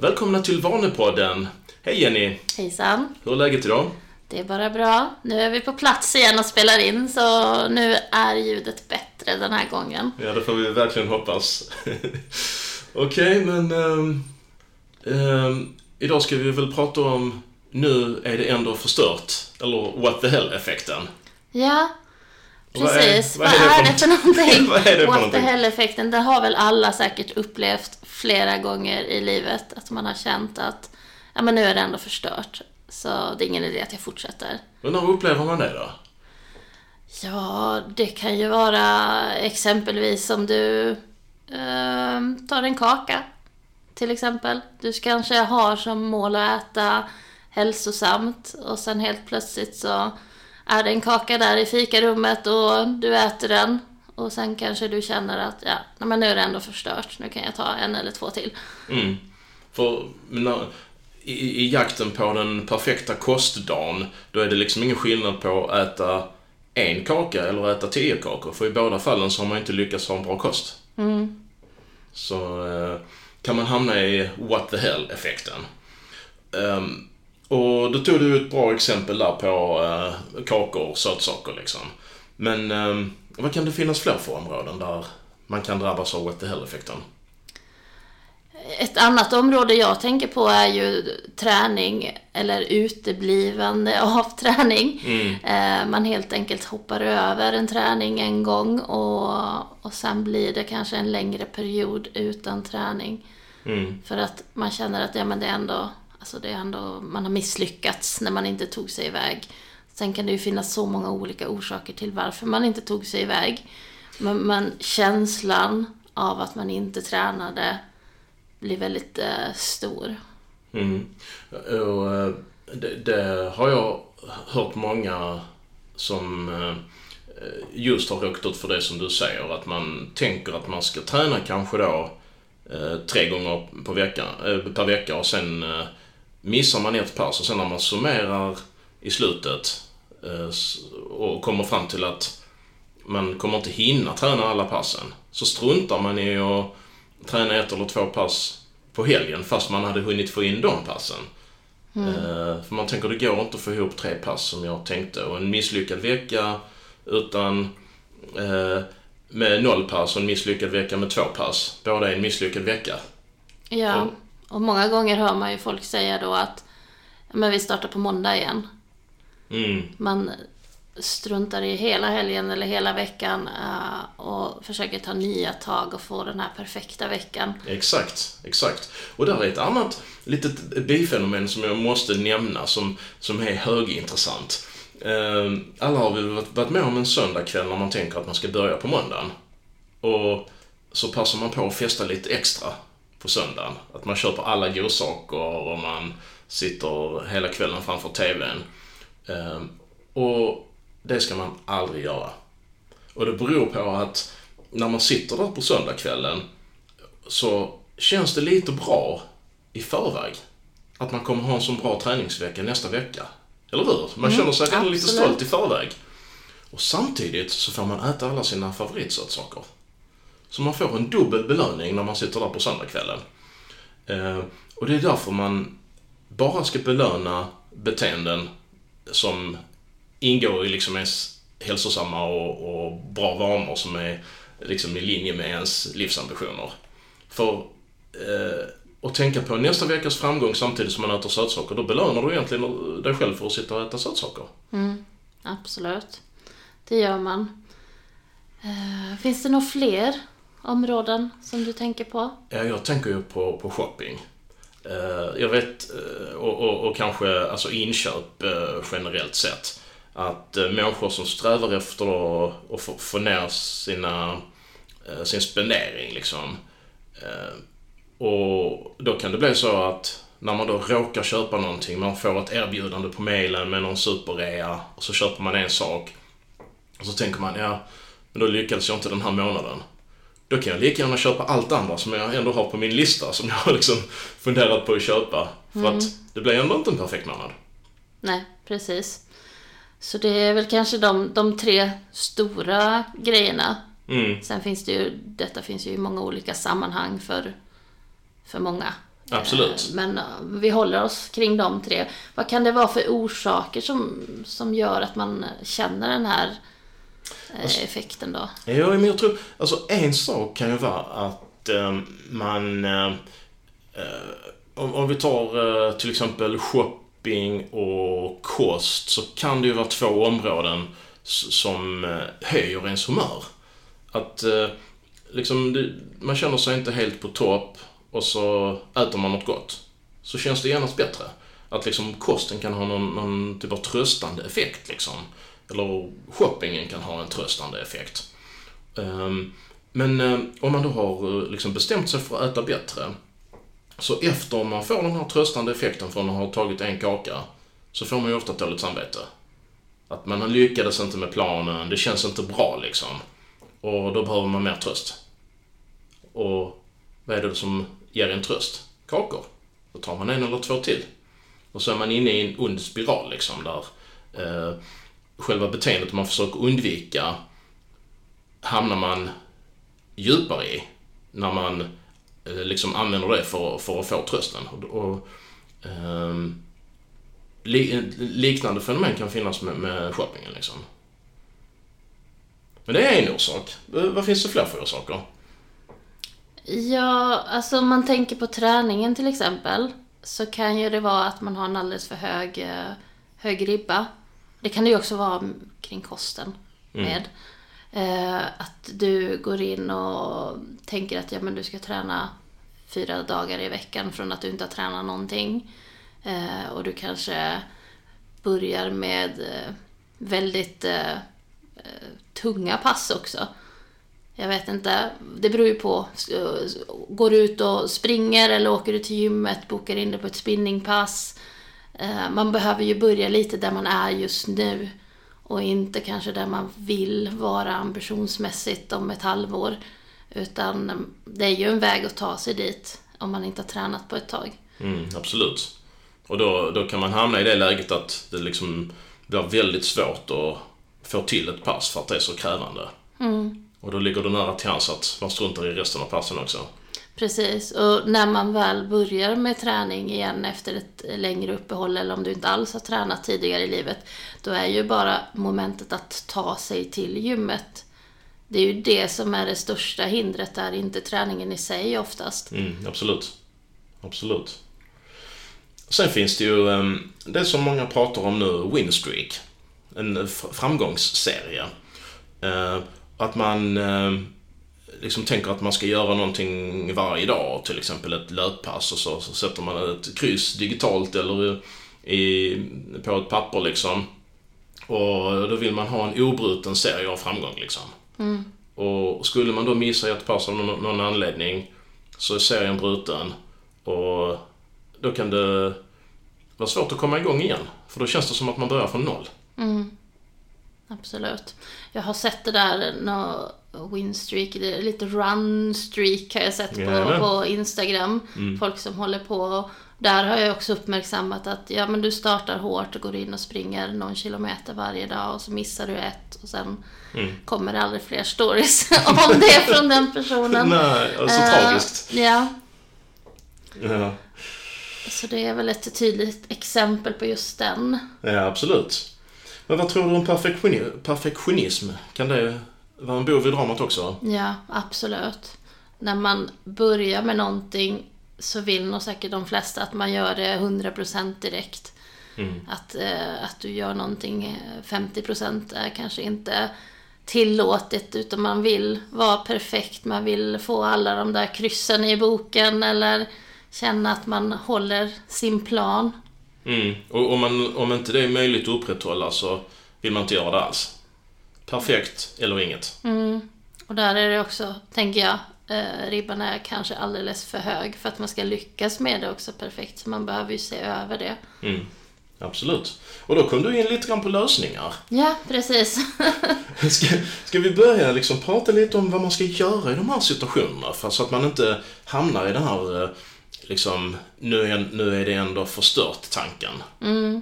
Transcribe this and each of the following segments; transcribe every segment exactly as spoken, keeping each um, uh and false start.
Välkomna till Vanepodden. Hej Jenny. Hejsan. Hur är läget idag? Det är bara bra. Nu är vi på plats igen och spelar in, så nu är ljudet bättre den här gången. Ja, det får vi verkligen hoppas. Okej, okay, men um, um, idag ska vi väl prata om nu är det ändå förstört, eller what the hell-effekten. Ja, precis. Vad är, vad är, vad det, är det för någonting? vad är det för what någonting? the hell-effekten, det har väl alla säkert upplevt flera gånger i livet. Att man har känt att ja, men nu är det ändå förstört. Så det är ingen idé att jag fortsätter. Men när upplever man det då? Ja, det kan ju vara exempelvis om du eh, tar en kaka till exempel. Du kanske har som mål att äta hälsosamt och sen helt plötsligt så är det en kaka där i fikarummet och du äter den. Och sen kanske du känner att ja, men nu är det ändå förstört. Nu kan jag ta en eller två till. Mm. För när, i, i jakten på den perfekta kostdagen, då är det liksom ingen skillnad på att äta en kaka eller äta tio kakor. För i båda fallen så har man inte lyckats ha en bra kost. Mm. Så eh, kan man hamna i what the hell-effekten. Um, och då tog du ett bra exempel där på eh, kakor och sötsaker liksom. Men um, vad kan det finnas fler för områden där man kan drabbas av what the hell-effekten? Ett annat område jag tänker på är ju träning eller uteblivande av träning. Mm. Eh, man helt enkelt hoppar över en träning en gång och, och sen blir det kanske en längre period utan träning. Mm. För att man känner att ja, men det är ändå, alltså det är ändå, man har misslyckats när man inte tog sig iväg. Sen kan det ju finnas så många olika orsaker till varför man inte tog sig iväg. Men, men känslan av att man inte tränade blir väldigt eh, stor. Mm. Och, eh, det, det har jag hört många som eh, just har råkat ut för det som du säger. Att man tänker att man ska träna kanske då eh, tre gånger på veckan, eh, per vecka och sen eh, missar man ett pass. Och sen när man summerar i slutet eh, och kommer fram till att man kommer inte hinna träna alla passen, så struntar man i att träna ett eller två pass på helgen fast man hade hunnit få in de passen. Mm. Uh, för man tänker det går inte att få ihop tre pass som jag tänkte. Och en misslyckad vecka utan uh, med noll pass och en misslyckad vecka med två pass. Båda är en misslyckad vecka. Ja, och, och många gånger hör man ju folk säga då att men vi startar på måndag igen. Mm. Man struntar i hela helgen eller hela veckan uh, och försöker ta nya tag och få den här perfekta veckan. Exakt, exakt. Och där är ett annat litet bifenomen som jag måste nämna som, som är högintressant. Uh, alla har väl varit med om en söndagkväll när man tänker att man ska börja på måndagen. Och så passar man på att festa lite extra på söndagen. Att man köper alla godsaker och man sitter hela kvällen framför tvn. Uh, och det ska man aldrig göra. Och det beror på att när man sitter där på söndagskvällen så känns det lite bra i förväg att man kommer ha en så bra träningsvecka nästa vecka. Eller hur? Man Mm, känner sig redan lite absolut. stolt i förväg. Och samtidigt så får man äta alla sina favoritsötsaker. Så man får en dubbel belöning när man sitter där på söndagskvällen. Eh, och det är därför man bara ska belöna beteenden som ingår i liksom ens hälsosamma och, och bra vanor som är liksom i linje med ens livsambitioner. För eh, att tänka på nästa veckas framgång samtidigt som man äter sötsaker, då belönar du egentligen dig själv för att sitta och äta sötsaker. Mm, absolut. Det gör man. Eh, finns det några fler områden som du tänker på? Ja, jag tänker ju på, på shopping. Eh, jag vet, och, och, och kanske alltså inköp eh, generellt sett. Att eh, människor som strävar efter att, att få, få ner sina, eh, sin spendering liksom. Eh, och då kan det bli så att när man då råkar köpa någonting, man får ett erbjudande på mailen med någon superrea och så köper man en sak och så tänker man, ja, men då lyckades jag inte den här månaden. Då kan jag lika gärna köpa allt andra som jag ändå har på min lista som jag har liksom funderat på att köpa. För mm. att det blir ändå inte en perfekt månad. Nej, precis. Så det är väl kanske de, de tre stora grejerna. Mm. Sen finns det ju, detta finns ju i många olika sammanhang för, för många. Absolut. Men vi håller oss kring de tre. Vad kan det vara för orsaker som, som gör att man känner den här alltså, effekten då? Ja, men jag tror, alltså en sak kan ju vara att eh, man, eh, om, om vi tar eh, till exempel shopping och kost, så kan det ju vara två områden som eh, höjer ens humör. Att eh, liksom, det, man känner sig inte helt på topp och så äter man något gott. Så känns det genast bättre. Att liksom kosten kan ha någon, någon typ av tröstande effekt liksom. Eller shoppingen kan ha en tröstande effekt. Um, men um, om man då har uh, liksom bestämt sig för att äta bättre, så efter man får den här tröstande effekten från att ha tagit en kaka, så får man ju ofta ett dåligt samvete. Att man lyckades inte med planen, det känns inte bra liksom. Och då behöver man mer tröst. Och vad är det som ger en tröst? Kakor. Då tar man en eller två till. Och så är man inne i en ond spiral liksom, där eh, själva beteendet man försöker undvika hamnar man djupare i när man eh, liksom använder det för, för att få trösten. Och, och eh, li, liknande fenomen kan finnas med, med shoppingen liksom. Men det är en orsak. Vad finns det fler för orsaker? Ja, alltså om man tänker på träningen till exempel, så kan ju det vara att man har en alldeles för hög, hög ribba. Det kan det ju också vara kring kosten med. Mm. Eh, att du går in och tänker att ja, men du ska träna fyra dagar i veckan från att du inte har tränat någonting. Eh, och du kanske börjar med eh, väldigt eh, tunga pass också. Jag vet inte, det beror ju på. Går du ut och springer eller åker du till gymmet, bokar in det på ett spinningpass. Man behöver ju börja lite där man är just nu och inte kanske där man vill vara ambitionsmässigt om ett halvår. Utan det är ju en väg att ta sig dit om man inte har tränat på ett tag. Mm, absolut. Och då, då kan man hamna i det läget att det liksom blir väldigt svårt att få till ett pass för att det är så krävande. Mm. Och då ligger det nära till hands att man struntar i resten av passen också. Precis, och när man väl börjar med träning igen efter ett längre uppehåll, eller om du inte alls har tränat tidigare i livet, då är ju bara momentet att ta sig till gymmet. Det är ju det som är det största hindret där, inte träningen i sig oftast. Mm, absolut. Absolut. Sen finns det ju det som många pratar om nu, winstreak. En framgångsserie. Att man liksom tänker att man ska göra någonting varje dag, till exempel ett löppass, och så, så sätter man ett kryss digitalt eller i, på ett papper liksom. Och då vill man ha en obruten serie av framgång liksom. Mm. Och skulle man då missa ett pass av någon, någon anledning, så är serien bruten, och då kan det vara svårt att komma igång igen, för då känns det som att man börjar från noll. Mm. Absolut. Jag har sett det där, no, winstreak, lite runstreak har jag sett på, på Instagram. Mm. Folk som håller på. Där har jag också uppmärksammat att ja, men du startar hårt och går in och springer någon kilometer varje dag, och så missar du ett, och sen mm. kommer det aldrig fler stories om det från den personen. Nej, alltså uh, tragiskt. Ja. Ja. Så det är väl ett tydligt exempel på just den. Ja, absolut. Men vad tror du om perfektionism? perfektionism? Kan det vara en bov i dramat också? Ja, absolut. När man börjar med någonting så vill nog säkert de flesta att man gör det hundra procent direkt. Mm. Att, eh, att du gör någonting femtio procent är kanske inte tillåtet, utan man vill vara perfekt. Man vill få alla de där kryssen i boken, eller känna att man håller sin plan. Mm. Och om, man, om inte det är möjligt att upprätthålla, så vill man inte göra det alls. Perfekt eller inget. Mm. Och där är det också, tänker jag, eh, ribban är kanske alldeles för hög för att man ska lyckas med det också perfekt. Så man behöver ju se över det. Mm. Absolut. Och då kom du in lite grann på lösningar. Ja, precis. ska, ska vi börja liksom prata lite om vad man ska göra i de här situationerna, för så att man inte hamnar i den här liksom, nu är, nu är det ändå förstört tanken. Mm.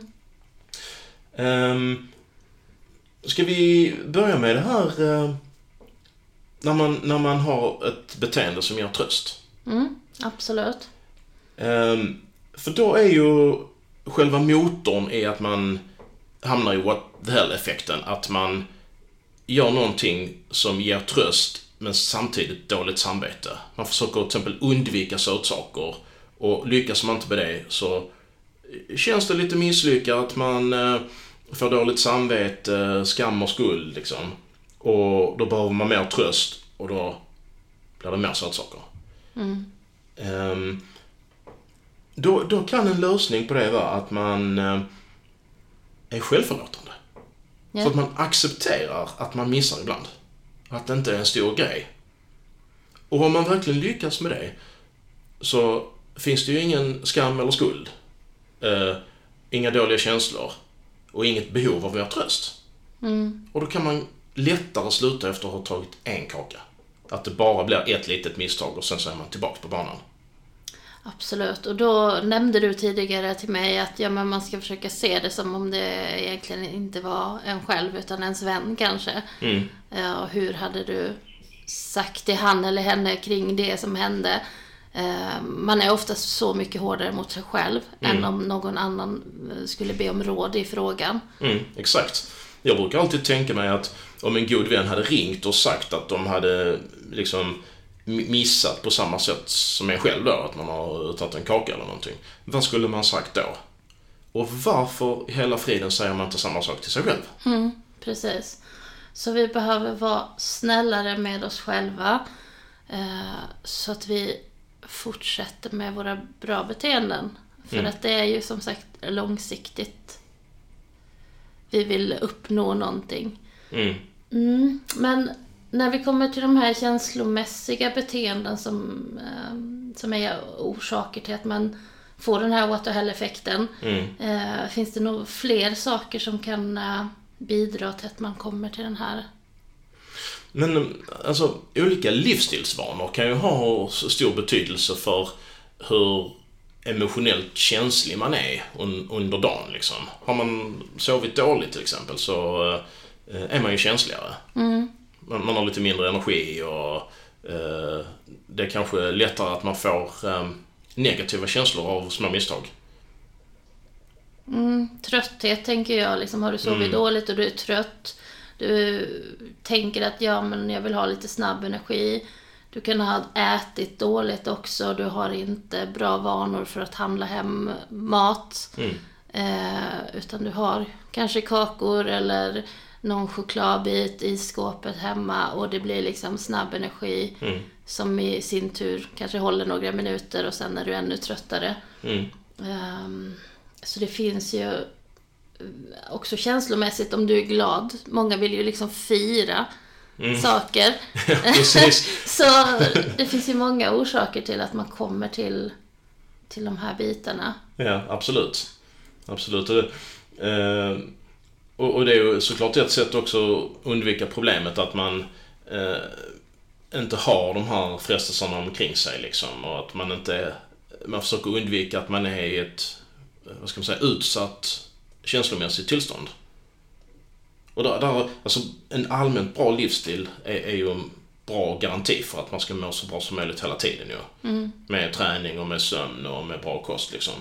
Um, ska vi börja med det här uh, när, man, när man har ett beteende som ger tröst? Mm, absolut. Um, för då är ju själva motorn är att man hamnar i what the hell-effekten. Att man gör någonting som ger tröst men samtidigt dåligt samvete. Man försöker till exempel undvika sötsaker, och lyckas man inte med det så känns det lite misslyckat. Man eh, får dåligt samvete, skam och skuld liksom. Och då behöver man mer tröst, och då blir det mer sötsaker. Mm. Um, då, då kan en lösning på det vara att man eh, är självförlåtande. Yeah. Så att man accepterar att man missar ibland. Att det inte är en stor grej. Och om man verkligen lyckas med det så finns det ju ingen skam eller skuld. Uh, inga dåliga känslor. Och inget behov av mer tröst. Mm. Och då kan man lättare sluta efter att ha tagit en kaka. Att det bara blir ett litet misstag och sen så är man tillbaka på banan. Absolut, och då nämnde du tidigare till mig att ja, men man ska försöka se det som om det egentligen inte var en själv utan ens vän kanske. Mm. Ja, och hur hade du sagt till han eller henne kring det som hände? Man är oftast så mycket hårdare mot sig själv mm. än om någon annan skulle be om råd i frågan. Mm, exakt. Jag brukar alltid tänka mig att om en god vän hade ringt och sagt att de hade liksom missat på samma sätt som en själv då, att man har tagit en kaka eller någonting. Vad skulle man sagt då? Och varför i hela friden säger man inte samma sak till sig själv? Mm, precis. Så vi behöver vara snällare med oss själva eh, så att vi fortsätter med våra bra beteenden. För mm. att det är ju som sagt långsiktigt. Vi vill uppnå någonting. Mm. Mm, men när vi kommer till de här känslomässiga beteenden som, eh, som är orsaker till att man får den här what the hell-effekten. Mm. Eh, finns det nog fler saker som kan eh, bidra till att man kommer till den här? Men alltså, olika livsstilsvanor kan ju ha stor betydelse för hur emotionellt känslig man är un- under dagen. Liksom. Har man sovit dåligt till exempel så eh, är man ju känsligare. Mm. Man, man har lite mindre energi och eh, det är kanske lättare att man får eh, negativa känslor av små misstag. Mm, trötthet tänker jag. Liksom, har du sovit mm. dåligt och du är trött. Du tänker att ja, men jag vill ha lite snabb energi. Du kan ha ätit dåligt också. Du har inte bra vanor för att handla hem mat. Mm. Eh, utan du har kanske kakor eller någon chokladbit i skåpet hemma. Och det blir liksom snabb energi. Mm. Som i sin tur kanske håller några minuter. Och sen är du ännu tröttare. Mm. Eh, så det finns ju också känslomässigt om du är glad. Många vill ju liksom fira mm. saker. Så det finns ju många orsaker till att man kommer till, till de här bitarna. Ja, absolut. Absolut. Och det, eh, och, och det är ju såklart ett sätt också att undvika problemet att man eh, inte har de här frestelserna omkring sig liksom, och att man inte man försöker undvika att man är i ett vad ska man säga, utsatt känslomässigt tillstånd. Och där, där, alltså, en allmänt bra livsstil är, är ju en bra garanti för att man ska må så bra som möjligt hela tiden. Ja. Mm. Med träning och med sömn och med bra kost. Liksom.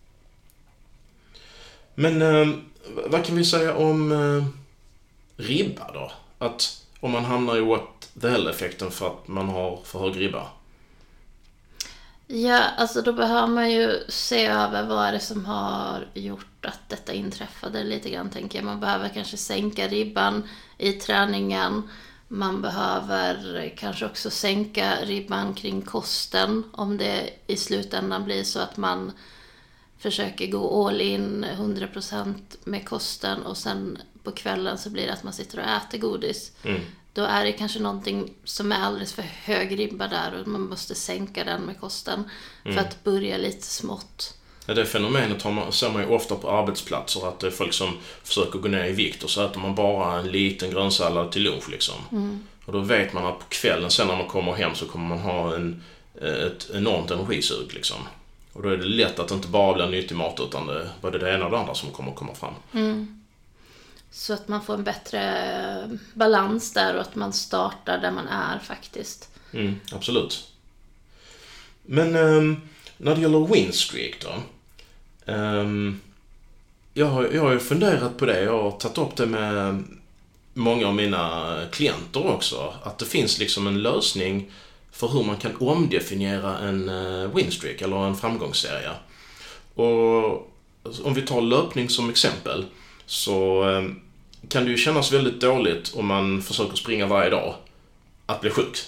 Men eh, vad kan vi säga om eh, ribba då? Att om man hamnar i what the hell-effekten för att man har för hög ribba. Ja, alltså då behöver man ju se över vad är det som har gjort att detta inträffade lite grann, tänker jag. Man behöver kanske sänka ribban i träningen. Man behöver kanske också sänka ribban kring kosten om det i slutändan blir så att man försöker gå all in hundra procent med kosten och sen på kvällen så blir det att man sitter och äter godis. Mm. Då är det kanske någonting som är alldeles för hög ribba där och man måste sänka den med kosten mm. för att börja lite smått. Ja, det fenomenet har man, ser man ju ofta på arbetsplatser, att det är folk som försöker gå ner i vikt och så äter man bara en liten grönsallad till lunch liksom. Mm. Och då vet man att på kvällen sen när man kommer hem så kommer man ha en, ett enormt energisug liksom. Och då är det lätt att det inte bara blir nyttig mat utan det både det ena och det andra som kommer att komma fram. Mm. Så att man får en bättre balans där och att man startar där man är faktiskt. Mm, absolut. Men um, när det gäller winstreak då. Um, jag, har, jag har ju funderat på det. Jag har tagit upp det med många av mina klienter också. Att det finns liksom en lösning för hur man kan omdefiniera en uh, winstreak eller en framgångsserie. Och om vi tar löpning som exempel, så um, kan det ju kännas väldigt dåligt om man försöker springa varje dag att bli sjuk.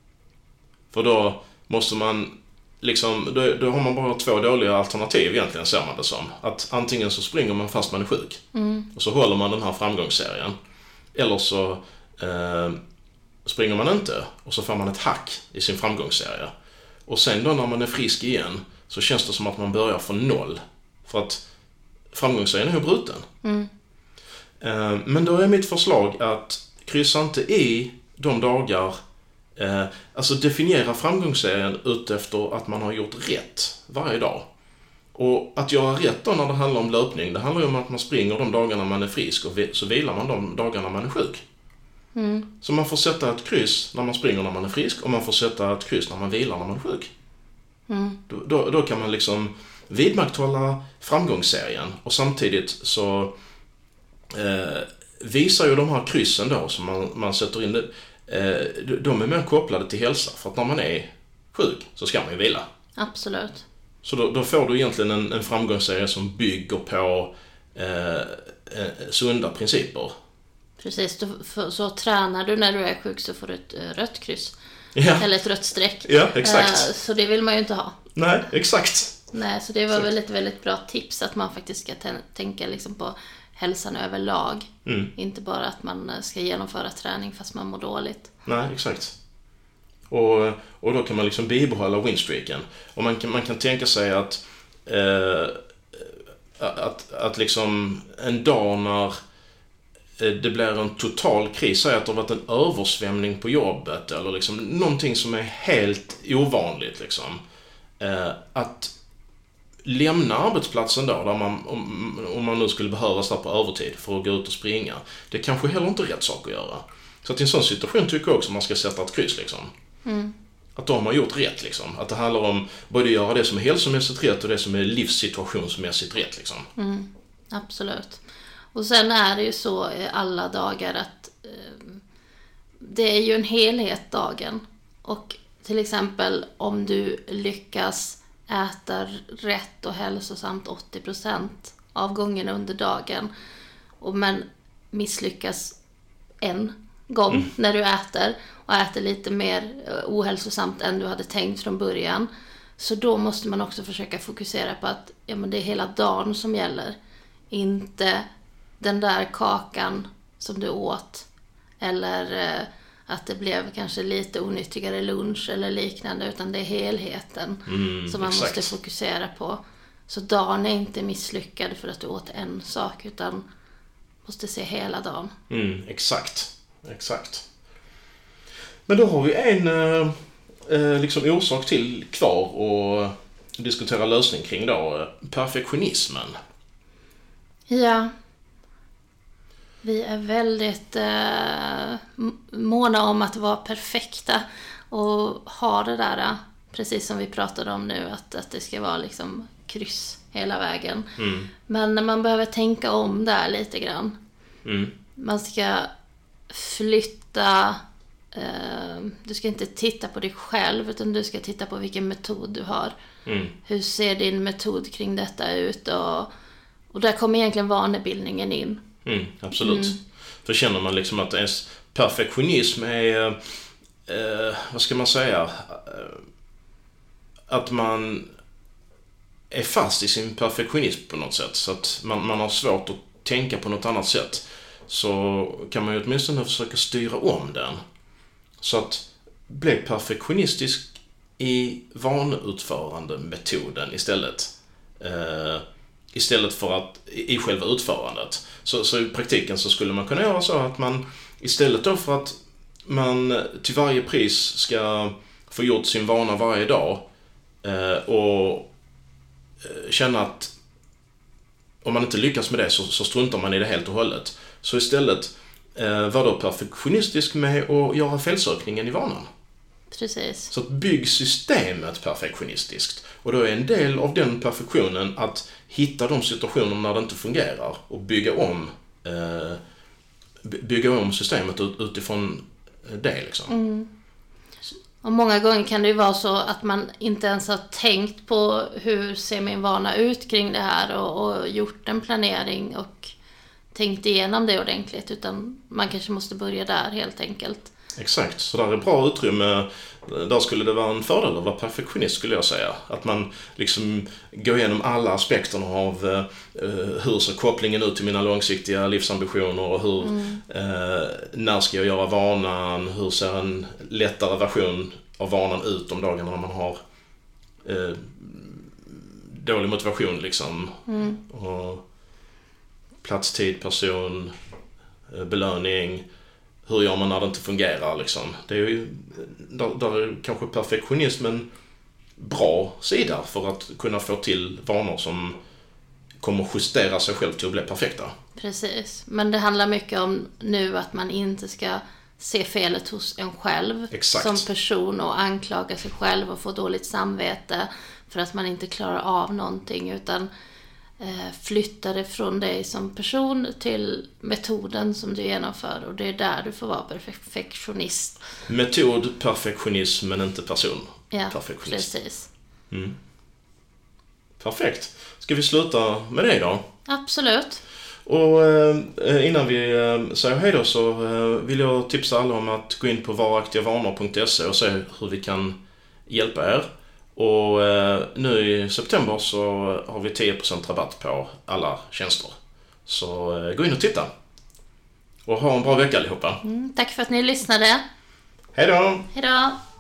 För då måste man liksom, då, då har man bara två dåliga alternativ egentligen, ser man det som. Att antingen så springer man fast man är sjuk. Mm. Och så håller man den här framgångsserien. Eller så eh, springer man inte och så får man ett hack i sin framgångsserie. Och sen då när man är frisk igen så känns det som att man börjar från noll. För att framgångsserien är ju bruten. Mm. Eh, men då är mitt förslag att kryssa inte i de dagar, eh, alltså definiera framgångsserien ut efter att man har gjort rätt varje dag. Och att göra rätt då när det handlar om löpning, det handlar ju om att man springer de dagarna man är frisk och så vilar man de dagarna man är sjuk. Mm. Så man får sätta ett kryss när man springer när man är frisk och man får sätta ett kryss när man vilar när man är sjuk. Mm. Då, då, då kan man liksom vidmakthålla framgångsserien och samtidigt så eh, visar ju de här kryssen då som man, man sätter in det, eh, de är mer kopplade till hälsa, för att när man är sjuk så ska man ju vila. Absolut. Så då, då får du egentligen en, en framgångsserie som bygger på eh, eh, sunda principer. Precis, då, för, så tränar du när du är sjuk så får du ett uh, rött kryss. Ja. Eller ett rött streck. Ja, exakt. Uh, så det vill man ju inte ha. Nej, exakt. Nej, så det var Så. väl ett väldigt bra tips att man faktiskt ska t- tänka liksom på hälsan överlag. Mm. Inte bara att man ska genomföra träning fast man mår dåligt. Nej, exakt. Och, och då kan man liksom bibehålla winstreaken. Och man kan, man kan tänka sig att, eh, att, att liksom en dag när det blir en total kris, säg att det har varit en översvämning på jobbet eller liksom någonting som är helt ovanligt liksom. Eh, att lämna arbetsplatsen då, där man, om, om man nu skulle behövas där på övertid för att gå ut och springa, det är kanske heller inte rätt sak att göra. Så att i en sån situation tycker jag också man ska sätta ett kryss liksom. Mm. Att de har gjort rätt liksom. Att det handlar om både att göra det som är hälsomässigt rätt och det som är livssituationsmässigt rätt liksom. Mm. Absolut. Och sen är det ju så alla dagar att eh, det är ju en helhet dagen. Och till exempel om du lyckas äta rätt och hälsosamt åttio procent av gången under dagen och men misslyckas en gång mm. när du äter och äter lite mer ohälsosamt än du hade tänkt från början, så då måste man också försöka fokusera på att ja, men det är hela dagen som gäller, inte den där kakan som du åt eller eh, att det blev kanske lite onyttigare lunch eller liknande, utan det är helheten mm, som man exakt. måste fokusera på. Så dagen är inte misslyckad för att du åt en sak, utan måste se hela dagen. Mm, exakt. Exakt. Men då har vi en eh, liksom orsak till kvar och diskutera lösning kring då, perfektionismen. Ja. Vi är väldigt eh, måna om att vara perfekta och ha det där, precis som vi pratade om nu, att, att det ska vara liksom kryss hela vägen. Mm. Men man behöver tänka om där lite grann. Mm. Man ska flytta, eh, du ska inte titta på dig själv utan du ska titta på vilken metod du har. Mm. Hur ser din metod kring detta ut? Och, och där kommer egentligen vanebildningen in. Mm, absolut. Mm. För känner man liksom att ens perfektionism är, eh, vad ska man säga, eh, att man är fast i sin perfektionism på något sätt, så att man, man har svårt att tänka på något annat sätt, så kan man ju åtminstone försöka styra om den. Så att bli perfektionistisk i vaneutförande metoden istället. Eh, istället för att i själva utförandet. Så, så i praktiken så skulle man kunna göra så att man istället då för att man till varje pris ska få gjort sin vana varje dag eh, och känna att om man inte lyckas med det så, så struntar man i det helt och hållet. Så istället eh, var då perfektionistisk med att göra felsökningen i vanan. Precis. Så att bygg systemet perfektionistiskt. Och då är en del av den perfektionen att hitta de situationer när det inte fungerar och bygga om, eh, bygga om systemet ut, utifrån det. Liksom. Mm. Och många gånger kan det ju vara så att man inte ens har tänkt på hur ser min vana ut kring det här och, och gjort en planering och tänkt igenom det ordentligt, utan man kanske måste börja där helt enkelt. Exakt, så där är bra utrymme. Där skulle det vara en fördel att vara perfektionist, skulle jag säga. Att man liksom går igenom alla aspekterna av eh, hur ser kopplingen ut till mina långsiktiga livsambitioner och hur, mm. eh, när ska jag göra vanan, hur ser en lättare version av vanan ut de dagarna när man har eh, dålig motivation liksom. Mm. Och plats, tid, person, eh, belöning. Hur gör man när det inte fungerar liksom? Det är ju, där, där är kanske perfektionismen bra sida för att kunna få till vanor som kommer justera sig själv till att bli perfekta. Precis, men det handlar mycket om nu att man inte ska se felet hos en själv. Exakt. Som person och anklaga sig själv och få dåligt samvete för att man inte klarar av någonting, utan flytta det från dig som person till metoden som du genomför, och det är där du får vara perfektionist. Metod, perfektionism, men inte person. Ja, perfektionist. Precis. Mm. Perfekt. Ska vi sluta med det då? Absolut. Och eh, innan vi eh, säger hej då så eh, vill jag tipsa alla om att gå in på varaktigavanor punkt se och se hur vi kan hjälpa er. Och eh, nu i september så har vi tio procent rabatt på alla tjänster. Så eh, gå in och titta. Och ha en bra vecka allihopa. Mm, tack för att ni lyssnade. Hej då! Hej då!